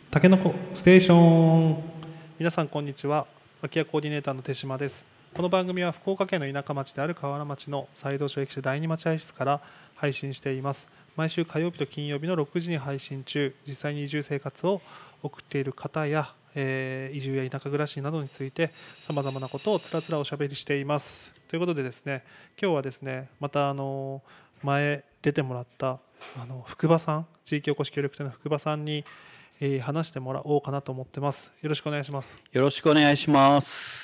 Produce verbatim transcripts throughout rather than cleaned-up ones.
たけのこステーション。皆さんこんにちは。空き家コーディネーターの手島です。この番組は福岡県の田舎町である河原町の西道所駅舎第二待合室から配信しています。毎週火曜日と金曜日のろくじに配信中。実際に移住生活を送っている方や、えー移住や田舎暮らしなどについてさまざまなことをつらつらおしゃべりしています。ということでですね、今日はですね、またあの前出てもらったあの福場さん、地域おこし協力隊の福場さんにえー話してもらおうかなと思ってます。よろしくお願いします。 よろしくお願いします。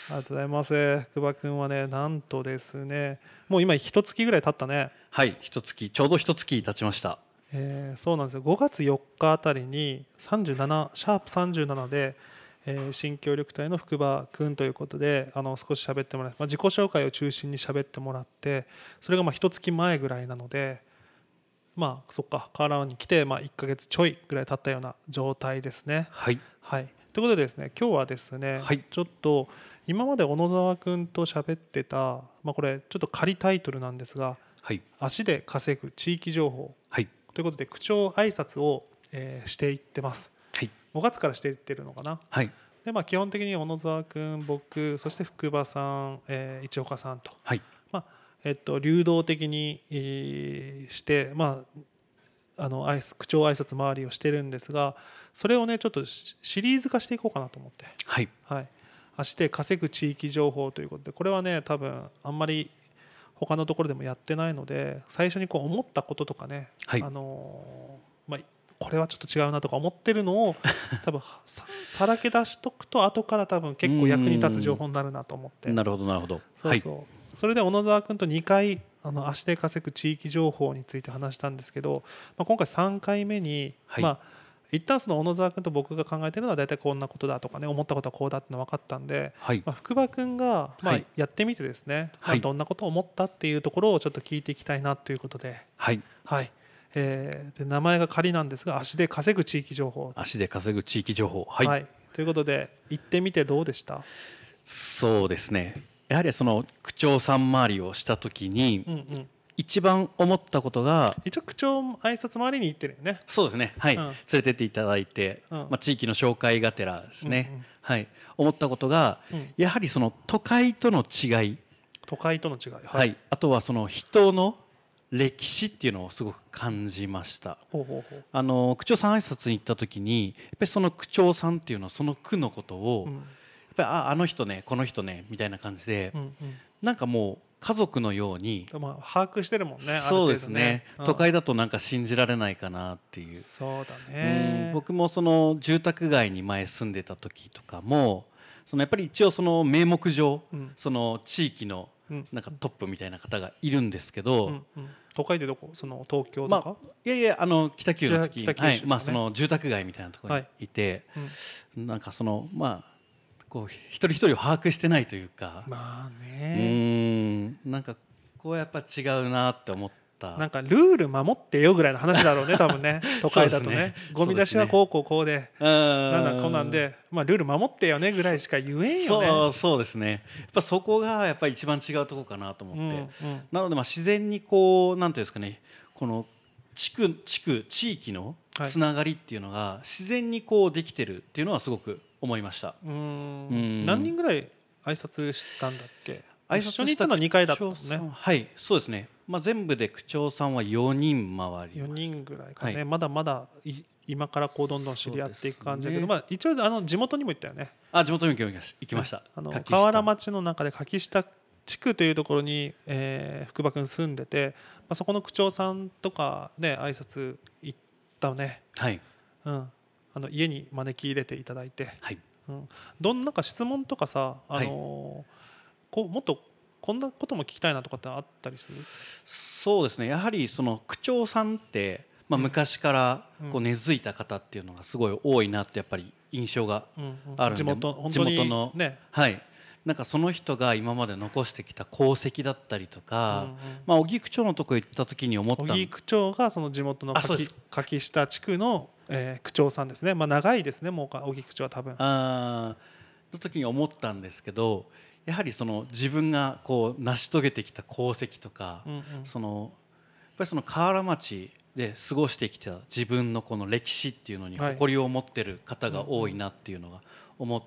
ありがとうございます。福場君はね、なんとですね、もう今一月ぐらい経ったね。 はい、一月ちょうど一月経ちました。 えーそうなんですよ。ごがつよっかあたりにさんじゅうななシャープさんじゅうななで、えー新協力隊の福場君ということで、あの少し喋ってもらい、まあ、自己紹介を中心に喋ってもらって、それがまあ一月前ぐらいなので、まあそっか、河原に来てまあいっかげつちょいぐらい経ったような状態ですね。 はい、 はい、ということでですね、今日はですね、 はいちょっと今まで小野沢君と喋ってた、まあ、これちょっと仮タイトルなんですが、 はい、 足で稼ぐ地域情報はい、 ということで口調挨拶を、えーしていってます。 はい、 ごがつからしていってるのかな。 はい、 で、まあ、基本的に小野沢君、僕、そして福場さん、えー市岡さんと、 はい、 まあえっと、流動的に、えーして、まあ、あの挨拶口調挨拶回りをしてるんですが、それをねちょっとシシリーズ化していこうかなと思って、 はい、 はい、足で稼ぐ地域情報ということで、これはね多分あんまり他のところでもやってないので、最初にこう思ったこととかね、 はいあのーまあ、これはちょっと違うなとか思ってるのを多分ささらけ出しとくと後から多分結構役に立つ情報になるなと思って。 なるほどなるほど。 そうそう、はい、それで小野沢君とにかいあの足で稼ぐ地域情報について話したんですけど、まあ、今回さんかいめに、 はい、 まあ一旦その小野沢君と僕が考えているのは大体こんなことだとかね、思ったことはこうだっての分かったんで、 はい、 まあ、福場君がまあやってみてですね、まあ、どんなことを思ったっていうところをちょっと聞いていきたいなということで、 はい、 はい、えーで名前が仮なんですが、足で稼ぐ地域情報、 足で稼ぐ地域情報、はい、 はい、ということで行ってみてどうでした？ そうですね。やはりその区長さん回りをしたときに、 うんうん、 一番思ったことが、 一応区長挨拶回りに行ってるよね。 そうですね、はい、 うん連れてっていただいて、 うんまあ、地域の紹介がてらですね、 うんうん、 はい、思ったことが、 うん、 やはりその都会との違い、 都会との違い、はい、 はい、あとはその人の歴史っていうのをすごく感じました。 ほうほうほう、 あの区長さん挨拶に行った時に、やっぱりその区長さんっていうのはその区のことを、 うん、 やっぱり あ, あの人ねこの人ねみたいな感じで、 うんうん、 なんかもう家族のように、 まあ、把握してるもんね。 そうですね、 ある程度ね、 都会だとなんか信じられないかなっていう。 そうだうね。 ん、僕もその住宅街に前住んでた時とかも、そのやっぱり一応その名目上、 うん、 その地域のうんなんかトップみたいな方がいるんですけど、 うんうん、都会でどこ？その東京とか？ まあ、いやいや、あの北九の時、 北九州とかね、 はい、まあ、その住宅街みたいなところにいて、 はい、 うん、なんかそのまあこう一人一人を把握してないというか、 まあうね、 ん、なんかこうやっぱ違うなって思った。 なんかルール守ってよぐらいの話だろうね多分ね都会だと ね, ねゴミ出しはこうこうこうで、ね、なんだこうなんで、まあ、ルール守ってよねぐらいしか言えんよね。 そうそうですね。やっぱそこがやっぱり一番違うところかなと思って、 うんうん、 なのでまあ自然にこうなんていうんですかね、この地区地区地域のつながりっていうのが自然にこうできてるっていうのはすごく思いました。 うーん、 うん、 何人ぐらい挨拶したんだっけ？ 挨拶一緒に行ったのはにかいだったもんね。 はい、そうですね。まあ、全部で区長さんはよにん回り、 よにんぐらいかね、 はい、 まだまだ今からこうどんどん知り合っていく感じだけど、ね、まあ、一応あの地元にも行ったよね。 あ、地元にも行きました。 あの河原町の中で柿下地区というところに、えー、福場君住んでて、まあ、そこの区長さんとかね挨拶行ったね、 はい、 うん、あの家に招き入れていただいて、 はい、 うん、どんなんか質問とかさ、あのーはい、こうもっとこんなことも聞きたいなとかってあったりする？ そうですね、やはりその区長さんって、まあ、昔からこう根付いた方っていうのがすごい多いなってやっぱり印象があるんで、 地元本当に地元の、 ね、 はい、なんかその人が今まで残してきた功績だったりとか、 うんうん、 まあ、小木区長のとこ行った時に思った、 小木区長がその地元の柿、柿下地区の、えー、区長さんですね、まあ、長いですね、もう小木区長は多分あの時に思ったんですけど、やはりその自分がこう成し遂げてきた功績とか、うんうん、そのやっぱりその河原町で過ごしてきた自分のこの歴史っていうのに誇りを持ってる方が多いなっていうのが思って、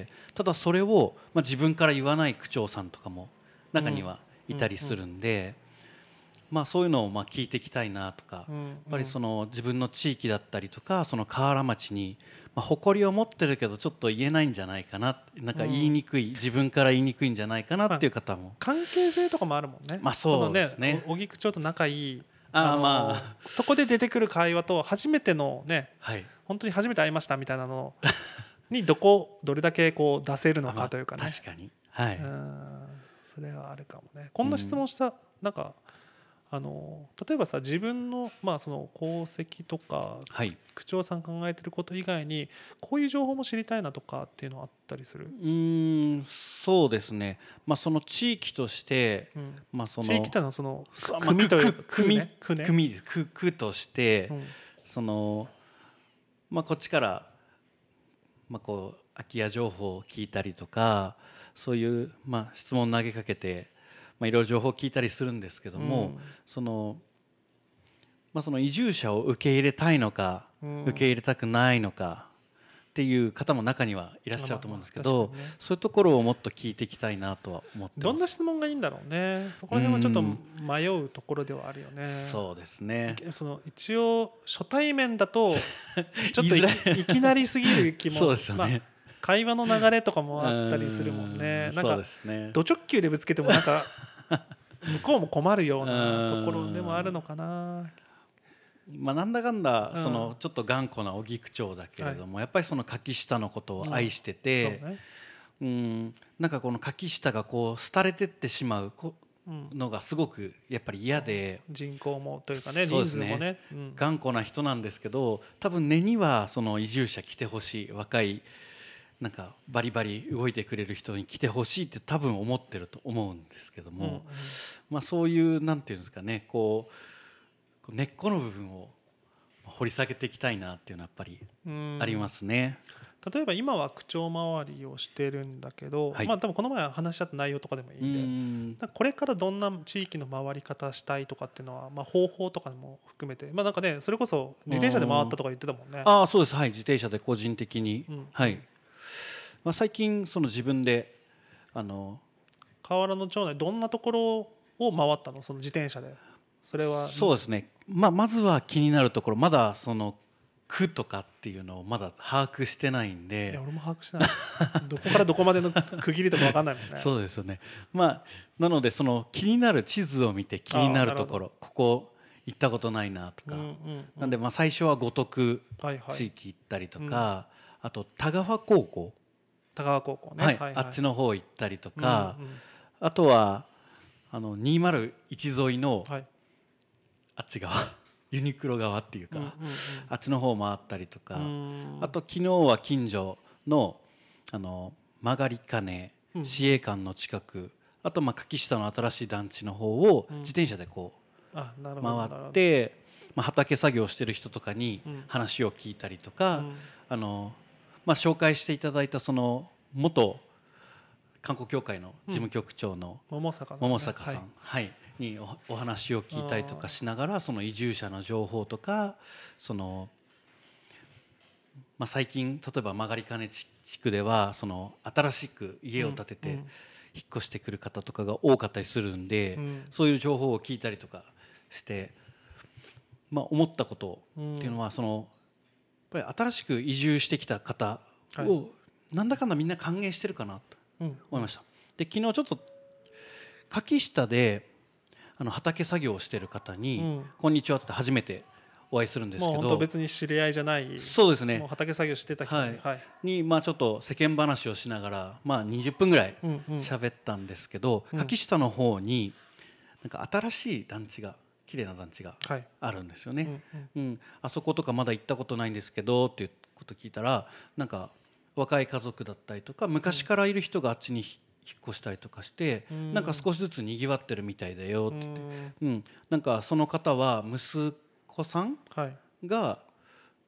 ただそれを、まあ、自分から言わない区長さんとかも中にはいたりするんで、まあ、そういうのをまあ聞いていきたいなとか、やっぱりその自分の地域だったりとかその河原町にまあ誇りを持ってるけどちょっと言えないんじゃないかな、なんか言いにくい、自分から言いにくいんじゃないかなっていう方も、 関係性とかもあるもんね。 まあそうですね。 小木区長と仲いいああまあそこで出てくる会話と初めてのね、 はい、 本当に初めて会いましたみたいなのにどこどれだけこう出せるのかというかね、 まあ、確かに、はい、 うんそれはあるかもね。こんな質問した、うん、なんかあの例えばさ自分の、まあ、その功績とか、はい、区長さん考えてること以外にこういう情報も知りたいなとかっていうのはあったりする？ うーんそうですね、まあ、その地域として、 うんまあ、その地域というのはその組というか組ね組ね区区として、うん、そのまあ、こっちから、まあ、こう空き家情報を聞いたりとかそういう、まあ、質問投げかけて、まあ、いろいろ情報を聞いたりするんですけども、うん、そのまあ、その移住者を受け入れたいのか、うん、受け入れたくないのかっていう方も中にはいらっしゃると思うんですけど、まあね、そういうところをもっと聞いていきたいなとは思ってます。 どんな質問がいいんだろうね。そこら辺はちょっと迷うところではあるよね。 そうですね。 その一応初対面だとちょっと い, きいきなりすぎる気もそうですよね、まあ、 会話の流れとかもあったりするもんね。なんかド直球でぶつけてもなんか向こうも困るようなところでもあるのかな。 まあ、なんだかんだそのちょっと頑固な小木区長だけれども、やっぱりその柿下のことを愛してて、うん、なんかこの柿下がこう廃れてってしまうのがすごくやっぱり嫌で、 人口もというかね、人数もね、 頑固な人なんですけど、多分根にはその移住者来てほしい、若いなんかバリバリ動いてくれる人に来てほしいって多分思ってると思うんですけども、まあそういうなんていうんですかね、こう根っこの部分を掘り下げていきたいなっていうのはやっぱりありますね。 例えば今は区長周りをしてるんだけど、はい、まあ多分この前話し合った内容とかでもいいんで、んこれからどんな地域の回り方したいとかっていうのは、まあ、方法とかも含めて、まあなんかね、それこそ自転車で回ったとか言ってたもんね。 ああそうです、はい、自転車で個人的に、うん、はい、まあ、最近その自分であの河原の町内どんなところを回ったの、その自転車で。それはそうですね、まあ、まずは気になるところ、まだその区とかっていうのをまだ把握してないんで。 いや俺も把握してないどこからどこまでの区切りとか分かんないもんね。 そうですよね、まあ、なのでその気になる地図を見て気になるところ、ここ行ったことないなとか、うんうんうん、なんでまあ最初は五徳地域行ったりとか、はいはい、あと田川高校田川高校ね、 はいはいはい、あっちの方行ったりとか、うんうん、あとはあのにひゃくいち沿いの、はい、あっち側ユニクロ側っていうか、うんうんうん、あっちの方回ったりとか、あと昨日は近所のあの曲がり金市営館の近く、あとまあ柿下の新しい団地の方を自転車でこう回って、まあ、畑作業してる人とかに話を聞いたりとか、うん、あのまあ、紹介していただいたその元観光協会の事務局長の桃坂さん、 桃坂さん、はいはい、に お, お話を聞いたりとかしながら、その移住者の情報とか、その、まあ、最近例えば曲がり金地区ではその新しく家を建てて引っ越してくる方とかが多かったりするんで、うん、そういう情報を聞いたりとかして、まあ、思ったことっていうのは、そのやっぱり新しく移住してきた方をなんだかんだみんな歓迎してるかなと思いました。で昨日ちょっと柿下であの畑作業をしている方に、うん、こんにちはって初めてお会いするんですけど、もう本当別に知り合いじゃない、 そうですね、 もう畑作業してた人に、はいはい、 にまあちょっと世間話をしながら、まあ、にじゅっぷんぐらい喋ったんですけど、うんうん、柿下の方になんか新しい団地が綺麗な団地があるんですよね、はいうんうんうん、あそことかまだ行ったことないんですけどっていうこと聞いたら、なんか若い家族だったりとか昔からいる人があっちに引っ越したりとかして、うん、なんか少しずつにぎわってるみたいだよって言って、うんうん、なんかその方は息子さんが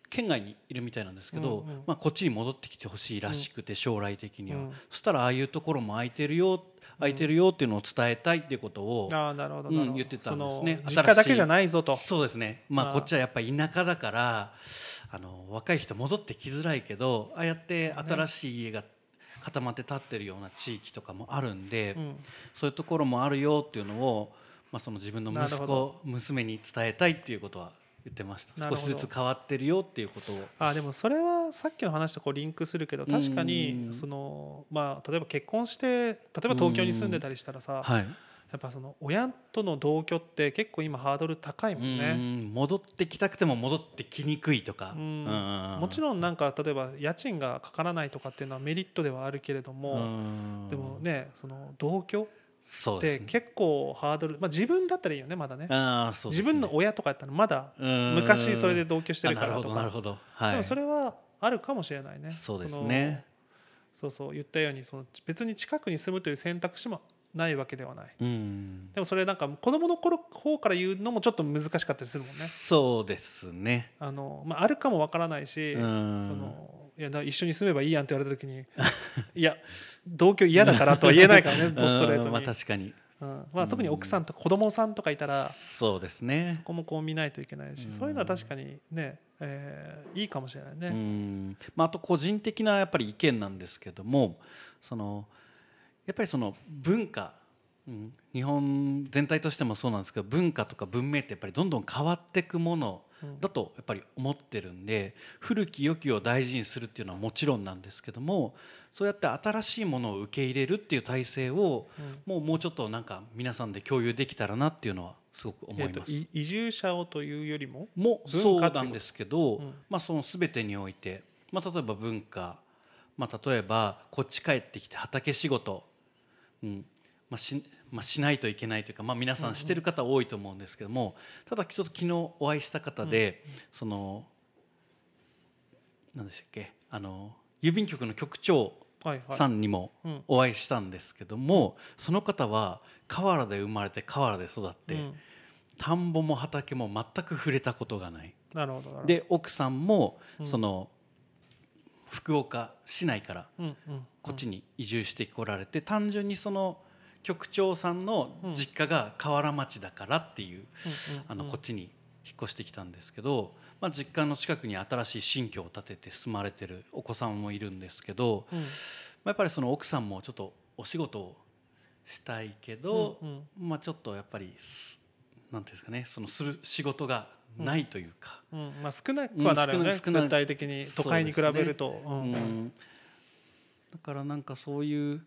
県外にいるみたいなんですけど、 うんうんまあ、こっちに戻ってきてほしいらしくて、将来的には、 うん、 そしたらああいうところも空いてるよ空いてるよっていうのを伝えたいっていうことを、 ああなるほどうんなるほど、 言ってたんですね。 その実家だけじゃないぞと。 そうですね、まあ、 あーこっちはやっぱり田舎だからあの若い人戻ってきづらいけど、ああやって新しい家が固まって建ってるような地域とかもあるんで、 うん、 そういうところもあるよっていうのを、まあ、その自分の息なるほ子娘に伝えたいっていうことは言ってました。 なるほど少しずつ変わってるよっていうことを。 あでもそれはさっきの話とこうリンクするけど、確かうんにその、まあ、例えば結婚して例えば東京に住んでたりしたらさ、 はい、 やっぱその親との同居って結構今ハードル高いもんね。 うん戻ってきたくても戻ってきにくいとか、 うんうんもちろんなんか例えば家賃がかからないとかっていうのはメリットではあるけれども、 うんでもねその同居ってそうですね。 結構ハードル、まあ、自分だったらいいよねまだね。 あーそうですね、 自分の親とかやったらまだうん昔それで同居してるかあなるほらとか、 どなるほど、はい、 でもそれはあるかもしれないね。 そうですね。 そのそうそう言ったようにその別に近くに住むという選択肢もないわけではない。 うんでもそれなんか子供の頃方から言うのもちょっと難しかったりするもんね。 そうですね。 あの、まあ、あるかもわからないし、 うんそのいやだ一緒に住めばいいやんって言われた時にいや同居嫌だからとは言えないからねドストレートに、 うんまあ、確かにうんまあ、特に奥さんとか子供さんとかいたらそうですね。 そこもこう見ないといけないし、 うんそういうのは確かにね、えーいいかもしれないね。 うんまあ、あと個人的なやっぱり意見なんですけども、そのやっぱりその文化、うん、日本全体としてもそうなんですけど、文化とか文明ってやっぱりどんどん変わっていくものだとやっぱり思ってるんで、古き良きを大事にするっていうのはもちろんなんですけども、そうやって新しいものを受け入れるっていう体制をもうもうちょっとなんか皆さんで共有できたらなっていうのはすごく思います。 えーとい移住者をというよりももそう文化ってことなんですけど、 うんまあ、その全てにおいて、まあ、例えば文化、まあ、例えばこっち帰ってきて畑仕事、うんまあ し, まあ、しないといけないというか、まあ、皆さんしてる方多いと思うんですけども、ただちょっと昨日お会いした方で、その何でしたっけ、あの郵便局の局長はいはいさんにもうんお会いしたんですけども、その方は河原で生まれて河原で育って、 うん田んぼも畑も全く触れたことがない。 なるほどなるほど。 で奥さんもうんその福岡市内からうんうんこっちに移住してこられて、単純にその局長さんの実家が河原町だからっていう、あのこっちに引っ越してきたんですけど、まあ、実家の近くに新しい新居を建てて住まれてるお子さんもいるんですけど、 うんまあやっぱりその奥さんもちょっとお仕事をしたいけど、 うんまあちょっとやっぱりなんていうんですかね、そのする仕事がないというか、 うんまあ、少なくはなるよね、 うん少な絶対的に都会に比べると。 そうですねうんだからなんかそういう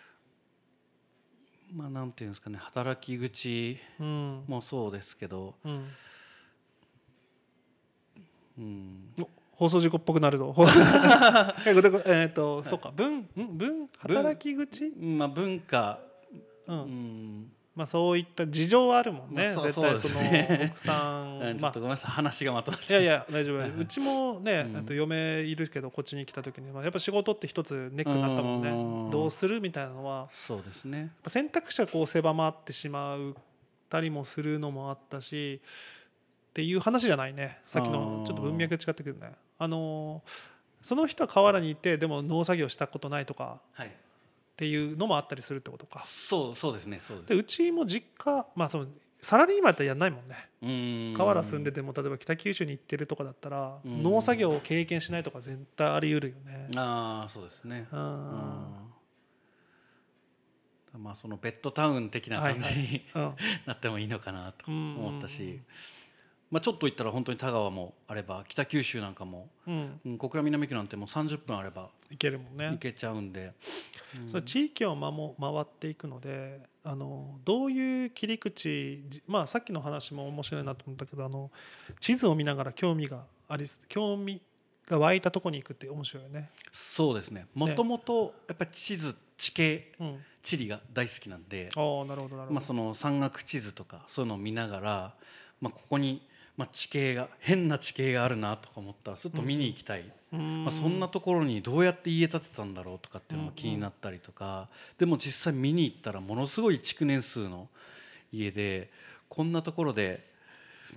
まあなんていうんですかね、働き口うんもそうですけど、 うんうんお放送事故っぽくなるぞ。えーとえーとそうか文ん文働き口、 まあ文化、 うんうんまあ、そういった事情はあるもんね、 まあそう絶対そのそうですね奥さんちょっとごめんなさい、話がまとまっていやいや大丈夫うちもね、 うんあと嫁いるけどこっちに来た時に、まあ、やっぱ仕事って一つネックになったもんね、 うんどうするみたいなのはそうですね。 選択肢がこう狭まってしまうたりもするのもあったしっていう話じゃないね、さっきのちょっと文脈が違ってくるね。あのその人は河原にいてでも農作業したことないとかはい、 っていうのもあったりするってことか。 そうそうですね、そうです。 でうちも実家、まあ、そのサラリーマンやったらやんないもんね。 うん河原住んでても例えば北九州に行ってるとかだったらうん農作業を経験しないとか絶対あり得るよね。 ああそうですね。 ううんんまあそのベッドタウン的な感じに、 うんなってもいいのかなと思ったうんし、まあ、ちょっと行ったら本当に田川もあれば北九州なんかも、 うんうん、小倉南区なんてもうさんじゅっぷんあればいけるもんね。 行けちゃうんで、うんそれ地域をまも回っていくのであのどういう切り口、じまあ、さっきの話も面白いなと思ったけどあの地図を見ながら興味があり興味が湧いたところに行くって面白いよね。 そうですね、もともとやっぱり地図地形うん、 地理が大好きなんで、 ああなるほどなるほど。 まあ、その山岳地図とかそういうのを見ながら、まあ、ここにまあ地形が変な地形があるなとか思ったらちょっと見に行きたい、 うんまあ、そんなところにどうやって家建てたんだろうとかっていうのも気になったりとか、でも実際見に行ったらものすごい築年数の家でこんなところで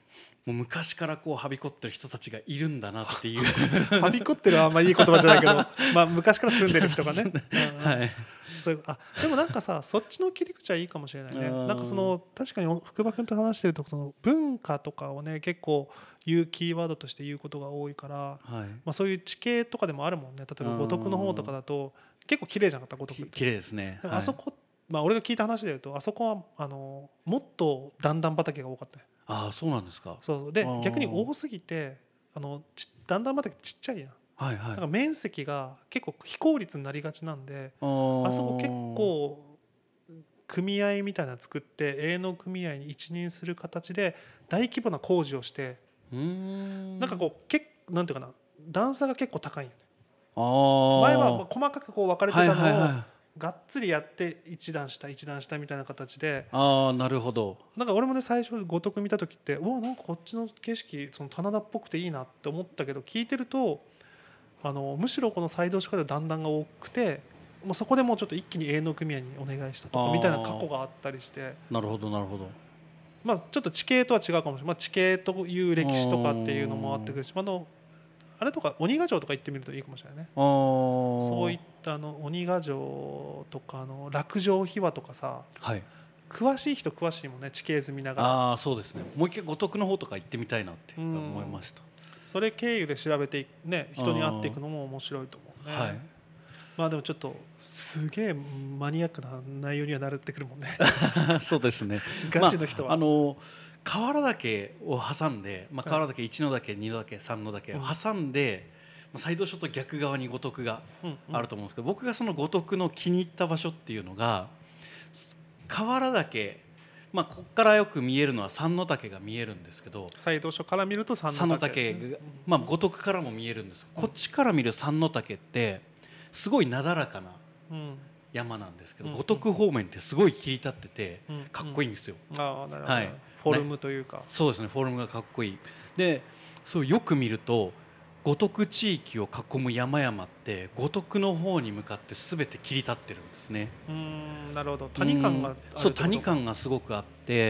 もう昔からこうはびこってる人たちがいるんだなっていうはびこってるはあんまいい言葉じゃないけどまあ昔から住んでる人がね、うんうん、 はい、 そういうあでもなんかさそっちの切り口はいいかもしれないね。なんかその確かに福場君と話してるとその文化とかをね結構言うキーワードとして言うことが多いから、 はい、 まあ、そういう地形とかでもあるもんね。例えば五徳の方とかだと結構綺麗じゃなかった五徳って。 綺麗ですね。 あそこ、まあ、俺が聞いた話で言うとあそこはあのもっと段々畑が多かったね。 ああそうなんですか。 そうで逆に多すぎてあのち段々畑ちっちゃいやん。 はいはい、 だから面積が結構非効率になりがちなんで、あそこ結構組合みたいなの作って営農組合に一任する形で大規模な工事をして、 うーんなんかこう結なんていうかな段差が結構高いよね。 あ前はまあ細かくこう分かれてたのを、 はいはいはい、 がっつりやって一段下一段下みたいな形で、 ああなるほど。 なんか俺もね最初五徳見た時ってうわなんかこっちの景色その棚田っぽくていいなって思ったけど、聞いてるとあのむしろこの西道所から段々が多くて、もうそこでもうちょっと一気に営農組合にお願いしたとかみたいな過去があったりして、 なるほどなるほど。 まあちょっと地形とは違うかもしれない、まあ、地形という歴史とかっていうのもあってくるし、あのあれとか鬼ヶ城とか行ってみるといいかもしれないね。そういったあの鬼ヶ城とかの落城秘話とかさ、 はい、 詳しい人詳しいもんね、地形図見ながら。 ああそうですね。もう一回五徳の方とか行ってみたいなって思いました。 それ経由で調べていね、人に会っていくのも面白いと思うね。はい、まあでもちょっとすげえマニアックな内容にはなるってくるもんねそうですね。 ガチの人は、 まあ、あの河原岳を挟んで、まあ、河原岳いちの岳にの岳さんの岳を挟んで、うん、西道所と逆側に五徳があると思うんですけど、うんうん、僕がその五徳の気に入った場所っていうのが河原岳、まあ、ここからよく見えるのは三の岳が見えるんですけど、 西道所から見ると三の岳が、まあ、五徳からも見えるんです、うん、こっちから見る三の岳ってすごいなだらかな山なんですけど、うん、五徳方面ってすごい切り立っててかっこいいんですよ、 うんうん、ああなるほど、はい、フォルムというか、 そうですね、フォルムがかっこいい。でそうよく見ると五徳地域を囲む山々って五徳の方に向かって全て切り立ってるんですね。 うーんなるほど、谷間があるってことか。 そう谷間がすごくあって、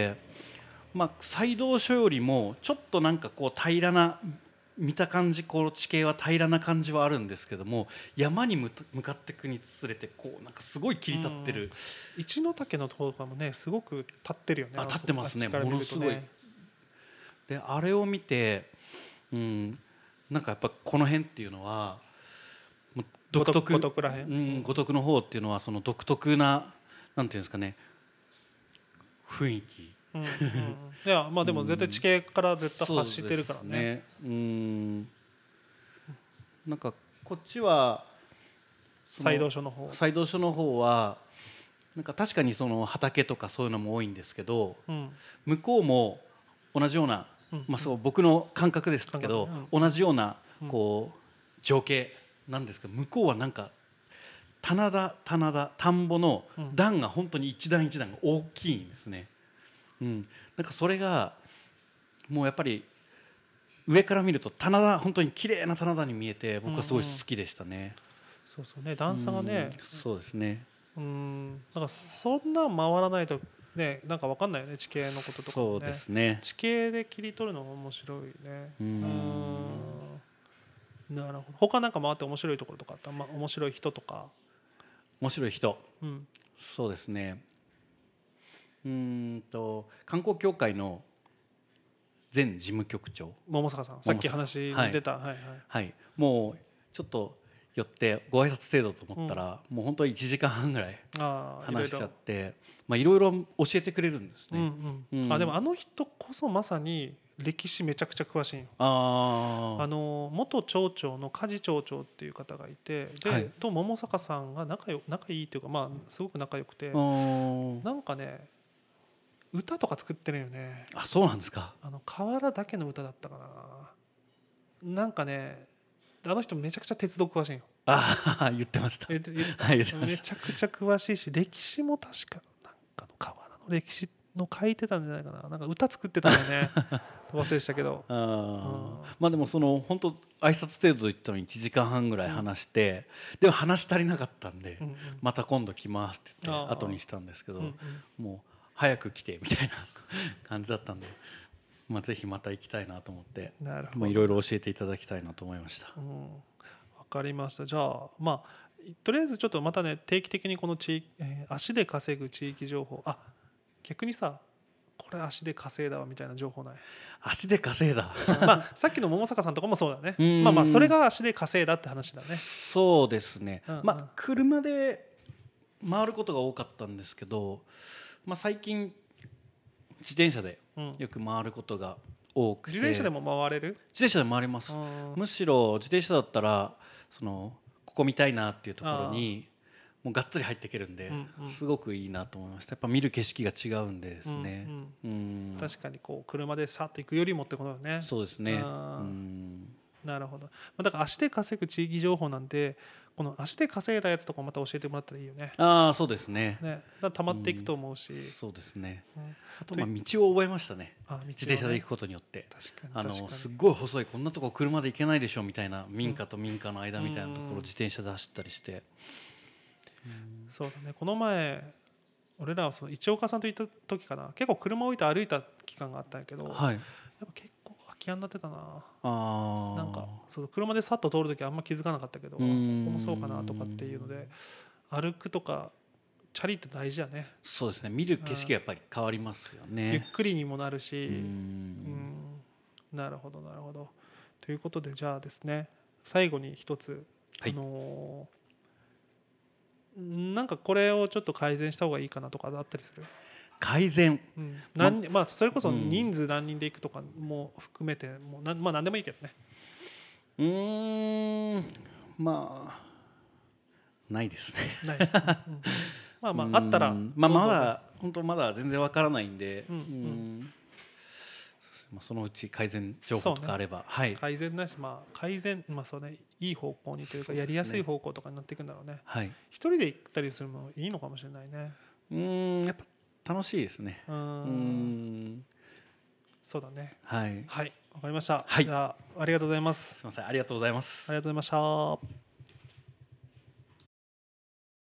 まあ、西道所よりもちょっとなんかこう平らな見た感じ、この地形は平らな感じはあるんですけども、山に向かっていくにつれてこうなんかすごい切り立ってる。 一ノ岳のところもねすごく立ってるよね。 あ立ってますね、ものすごい。であれを見て、うん、なんかやっぱこの辺っていうのは独特、 五徳らへん、 うん、五徳の方っていうのはその独特ななんていうんですかね、雰囲気。 うんうん、いやまあでも絶対地形から絶対走ってるからね。 うん、うんなんかこっちは西道所の方西道所の方はなんか確かにその畑とかそういうのも多いんですけど、うん、向こうも同じような、うんまあ、そう僕の感覚ですけど、うん、同じようなこう情景なんですけど、向こうはなんか棚田棚田田んぼの段が本当に一段一段が大きいんですね。うん、なんかそれがもうやっぱり上から見ると棚田、本当に綺麗な棚田に見えて僕はすごい好きでしたね。うんうん、 そうそうね、段差がね、 うん、そうですね。 うん、なんかそんな回らないとね、なんか分かんないよね、地形のこととかもね。 そうですね。 地形で切り取るのも面白いね。うん、なるほど。他なんか回って面白いところとかあった、まあ、面白い人とか。 面白い人、 うん、 そうですね。うんと観光協会の前事務局長桃坂さん、さっき話に出た、はいはいはいはい、もうちょっと寄ってご挨拶程度と思ったら、うん、もう本当にいちじかんはんぐらい話しちゃって、まあいろいろ教えてくれるんですね。 うんうんうん、あでもあの人こそまさに歴史めちゃくちゃ詳しいよ。 ああの元町長の梶町長っていう方がいて、で、はい、と桃坂さんが仲よ仲いいっていうか、まあすごく仲良くて、なんかね歌とか作ってるよね。 あ、そうなんですか。 あの河原だけの歌だったかな。なんかね、あの人めちゃくちゃ鉄道詳しいよ。 ああ言ってました。 言って言ってはい、言ってました。 めちゃくちゃ詳しいし、歴史も確かなんかの河原の歴史の書いてたんじゃないかな。なんか歌作ってたんだよね。忘れしたけど。 あ、うん、まあでもその本当挨拶程度で言ったのにいちじかんはんぐらい話して、うん、でも話足りなかったんで、うんうん、また今度来ますって言って後にしたんですけど、うんうん、もう早く来てみたいな感じだったんで、 まあ、ぜひまた行きたいなと思って、 なるほど、 まあ、いろいろ教えていただきたいなと思いました。 うん、わかりました。じゃあまあとりあえずちょっとまたね定期的にこの地域、えー足で稼ぐ地域情報、あ逆にさこれ足で稼いだわみたいな情報ない？ 足で稼いだまあさっきの桃坂さんとかもそうだね。 うーんまあまあそれが足で稼いだって話だね。 そうですね、 うんうんまあ車で回ることが多かったんですけど、まあ、最近自転車でうん、 よく回ることが多くて、 自転車でも回れる？ 自転車で回ります。 うんむしろ自転車だったらそのここ見たいなっていうところにもうがっつり入っていけるんで、 うんうんすごくいいなと思いました。やっぱ見る景色が違うんでですね、 うんうん確かにこう車でさっと行くよりもってことだね。 そうですね、 あーうんなるほど。まあだから足で稼ぐ地域情報なんてこの足で稼いだやつとかまた教えてもらったらいいよね。 ああそうですねね、だから溜まっていくと思うし、 そうですね。 うんあとまあ道を覚えましたね。 あ道をね自転車で行くことによって、 確かにあの確かにすっごい細いこんなとこ車で行けないでしょみたいな民家と民家の間みたいなとこうんろ自転車で走ったりして、 そうだね。この前俺らはその市岡さんと行った時かな、結構車置いて歩いた期間があったんやけど、 はい。 やっぱ結構空き家になってたな。 ああ。 なんかそう車でさっと通る時あんま気づかなかったけど、ここうんもそうかなとかっていうので歩くとかチャリって大事やね。 そうですね。見る景色がやっぱり変わりますよね。 ゆっくりにもなるし、 ううんんなるほどなるほど。ということでじゃあですね、最後に一つ、 はいあのーなんかこれをちょっと改善した方がいいかなとかあったりする？ 改善。 うん何人まあ、それこそうん人数何人で行くとかも含めてもうなんまあ何でもいいけどね。 うーん。まあないですね。 ない、うんまあまああったらうんまあどうぞまだ本当まだ全然わからないんで、 うんうんうんまあそのうち改善情報とかあれば、はい改善なし、まあ改善まあそうね、いい方向にというかそうですねやりやすい方向とかになっていくんだろうね。 はい。 一人で行ったりするのもいいのかもしれないね。 うーんやっぱ楽しいですね。 ううんーんそうだね。 はい。 はい、わかりました。 はいじゃあありがとうございます。 すみませんありがとうございます。 ありがとうございました。